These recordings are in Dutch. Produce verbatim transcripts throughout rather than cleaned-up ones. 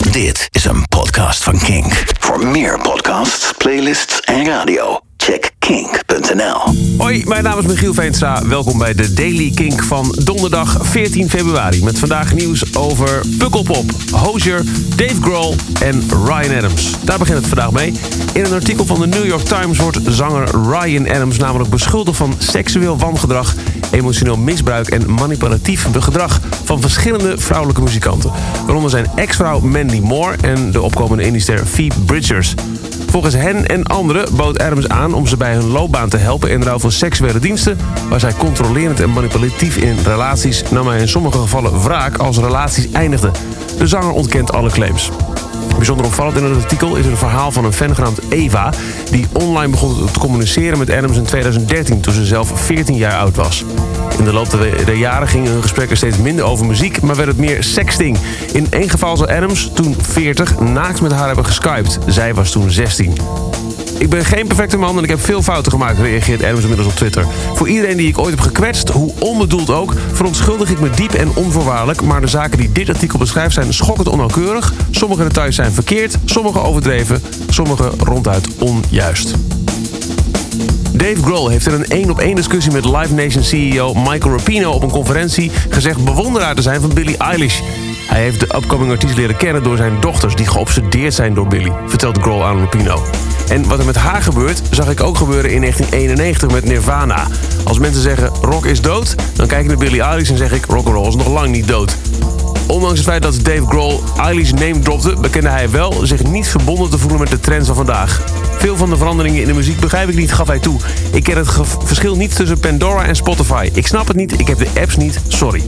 Dit is een podcast van Kink. Voor meer podcasts, playlists en radio, check kink punt n l. Hoi, mijn naam is Michiel Veenstra. Welkom bij de Daily Kink van donderdag veertien februari. Met vandaag nieuws over Pukkelpop, Hozier, Dave Grohl en Ryan Adams. Daar begint het vandaag mee. In een artikel van de New York Times wordt zanger Ryan Adams namelijk beschuldigd van seksueel wangedrag, emotioneel misbruik en manipulatief gedrag van verschillende vrouwelijke muzikanten. Waaronder zijn ex-vrouw Mandy Moore en de opkomende Indie-ster Phoebe Bridgers. Volgens hen en anderen bood Adams aan om ze bij hun loopbaan te helpen in ruil voor seksuele diensten, waar zij controlerend en manipulatief in relaties nam hij in sommige gevallen wraak als relaties eindigden. De zanger ontkent alle claims. Bijzonder opvallend in het artikel is een verhaal van een fan genaamd Eva, die online begon te communiceren met Adams in tweeduizend dertien, toen ze zelf veertien jaar oud was. In de loop der jaren gingen hun gesprekken steeds minder over muziek, maar werd het meer sexting. In één geval zou Adams, toen veertig, naakt met haar hebben geskyped. Zij was toen zestien. Ik ben geen perfecte man en ik heb veel fouten gemaakt, reageert Adams inmiddels op Twitter. Voor iedereen die ik ooit heb gekwetst, hoe onbedoeld ook, verontschuldig ik me diep en onvoorwaardelijk, maar de zaken die dit artikel beschrijft zijn schokkend onnauwkeurig. Sommige details zijn verkeerd, sommige overdreven, sommige ronduit onjuist. Dave Grohl heeft in een één-op-één discussie met Live Nation C E O Michael Rapino op een conferentie gezegd bewonderaar te zijn van Billie Eilish. Hij heeft de upcoming artiest leren kennen door zijn dochters die geobsedeerd zijn door Billie, vertelt Grohl aan Rapino. En wat er met haar gebeurt, zag ik ook gebeuren in negentien eenennegentig met Nirvana. Als mensen zeggen rock is dood, dan kijk ik naar Billie Eilish en zeg ik rock'n'roll is nog lang niet dood. Ondanks het feit dat Dave Grohl Eilish name dropte, bekende hij wel zich niet verbonden te voelen met de trends van vandaag. Veel van de veranderingen in de muziek begrijp ik niet, gaf hij toe. Ik ken het ge- verschil niet tussen Pandora en Spotify. Ik snap het niet, ik heb de apps niet, sorry.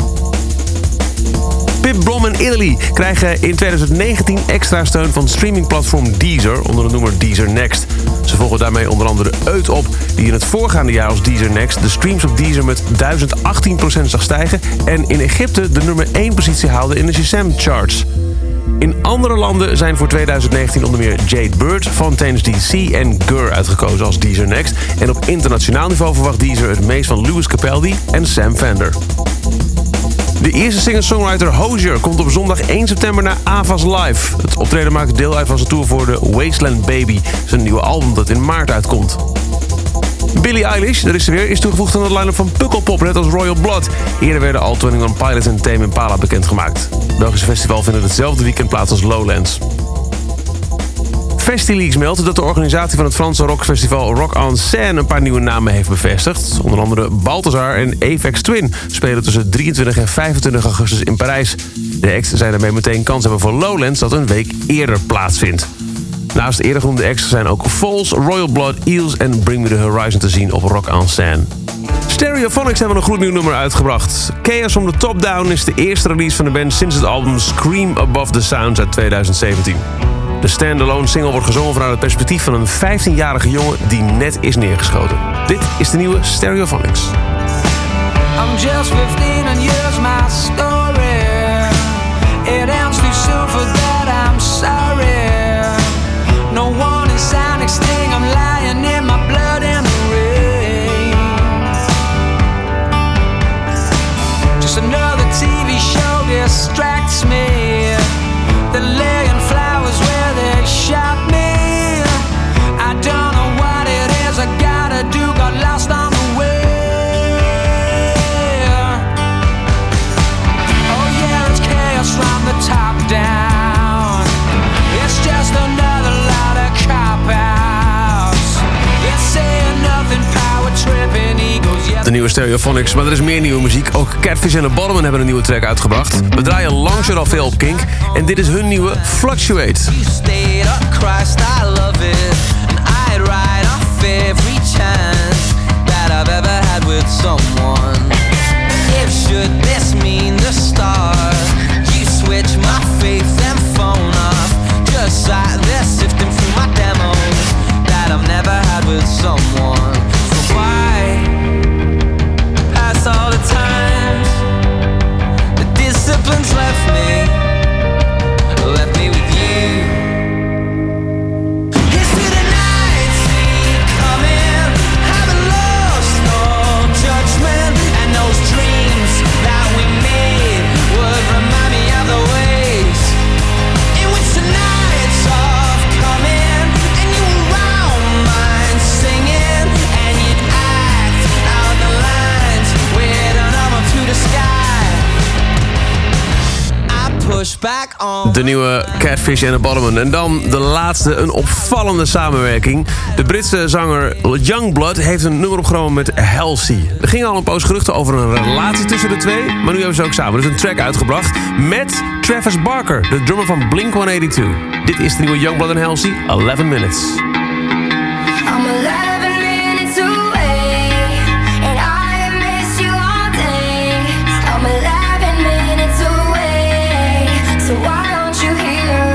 Pip Blom en Italy krijgen in tweeduizend negentien extra steun van streamingplatform Deezer onder de noemer Deezer Next. Ze volgen daarmee onder andere Uit op, die in het voorgaande jaar als Deezer Next de streams op Deezer met duizend achttien procent zag stijgen en in Egypte de nummer één positie haalde in de Shazam charts. In andere landen zijn voor tweeduizend negentien onder meer Jade Bird, Fontaines D C en Gur uitgekozen als Deezer Next. En op internationaal niveau verwacht Deezer het meest van Lewis Capaldi en Sam Fender. De eerste singer-songwriter Hozier komt op zondag één september naar Ava's Live. Het optreden maakt deel uit van zijn tour voor de Wasteland Baby, zijn nieuwe album dat in maart uitkomt. Billie Eilish, daar is ze weer, is toegevoegd aan de line-up van Pukkelpop, net als Royal Blood. Eerder werden al eenentwintig Pilots en Tame Impala bekendgemaakt. Het Belgische festival vindt hetzelfde weekend plaats als Lowlands. Festileaks meldt dat de organisatie van het Franse rockfestival Rock en Seine een paar nieuwe namen heeft bevestigd. Onder andere Balthazar en Aphex Twin spelen tussen drieëntwintig en vijfentwintig augustus in Parijs. De acts zijn daarmee meteen kans hebben voor Lowlands dat een week eerder plaatsvindt. Naast eerder genoemde acts zijn ook Falls, Royal Blood, Eels en Bring Me The Horizon te zien op Rock en Seine. Stereophonics hebben een gloednieuw nummer uitgebracht. Chaos from the Top Down is de eerste release van de band sinds het album Scream Above the Sounds uit tweeduizend zeventien. De standalone single wordt gezongen vanuit het perspectief van een vijftienjarige jongen die net is neergeschoten. Dit is de nieuwe Stereophonics. I'm just fifteen and here's my story. It ends too soon for that, I'm sorry. No warning sign, next thing I'm lying in my blood in the rain. Just another T V show distracts me. The laying flowers where they shot me. I don't know what it is I gotta do, got lost on the way. Oh yeah, it's chaos from the top down. It's just another lot of cop-outs. It's saying nothing, power tripping egos. Yeah. De nieuwe Stereophonics, maar er is meer nieuwe muziek. Ook Catfish en The Bottom hebben een nieuwe track uitgebracht. We draaien langs al veel op Kink. En dit is hun nieuwe Fluctuate. You stayed up, Christ, I love it. And I'd ride off every chance that I've ever had with someone. If should this mean the start, you switch my faith and phone off. Just like this, sifting through my demos that I've never had with someone. So why, past all the times, the discipline's left me, left me with you. It's to the night scene coming, haven't lost all judgment, and those dreams that we made would remind me of the ways in which back on. De nieuwe Catfish and the Bottomen. En dan de laatste, een opvallende samenwerking. De Britse zanger Youngblood heeft een nummer opgenomen met Halsey. Er gingen al een poos geruchten over een relatie tussen de twee, maar nu hebben ze ook samen dus een track uitgebracht met Travis Barker, de drummer van Blink honderdtweeënnegentig. Dit is de nieuwe Youngblood en Halsey, eleven minutes. I'm eleven minutes away, and I miss you all day. I'm eleven minutes away, so why aren't you here?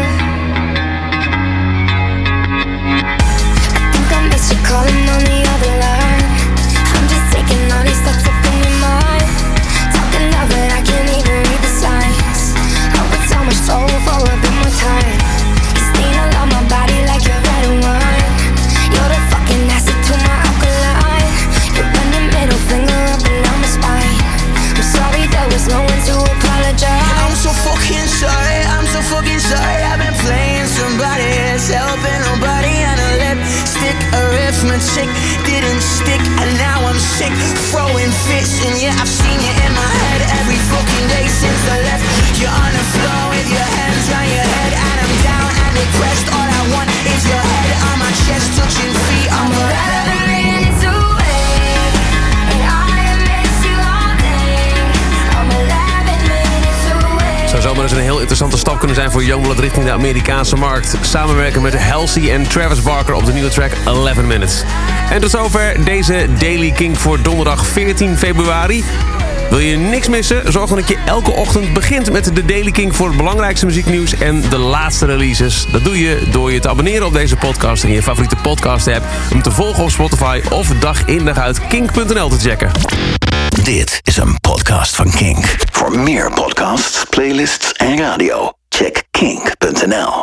I think I miss you calling on the other line. I'm just taking all these thoughts up in your mind, talking love but I can't even read the signs. Oh, it's so much over a bit more time. You stain all on my body like you're red and wine. You're the fucking acid to my alkaline. You bend your middle finger up and down my spine. I'm sorry there was no one to apologize. I'm so fucking sorry, I'm so fucking sorry. I've been playing somebody else, helping nobody, and a lipstick arithmetic didn't stick, and now I'm sick, throwing fits, and yeah, I've seen you in my head every fucking day since I left. You're on the floor with your hands round your head, and I'm down and depressed. All I want is your head on my chest, touching feet on my eleven minutes away, and I miss you all day. I'm eleven minutes away. Zou zomaar eens een heel interessante stap kunnen zijn voor Youngblood richting de Amerikaanse markt. Samenwerken met Halsey en Travis Barker op de nieuwe track eleven minutes. En tot zover deze Daily Kink voor donderdag veertien februari. Wil je niks missen? Zorg dan dat je elke ochtend begint met de Daily Kink voor het belangrijkste muzieknieuws en de laatste releases. Dat doe je door je te abonneren op deze podcast in je favoriete podcast app, hem te volgen op Spotify of dag in dag uit kink punt n l te checken. Dit is een podcast van Kink. Voor meer podcasts, playlists en radio, check kink punt n l.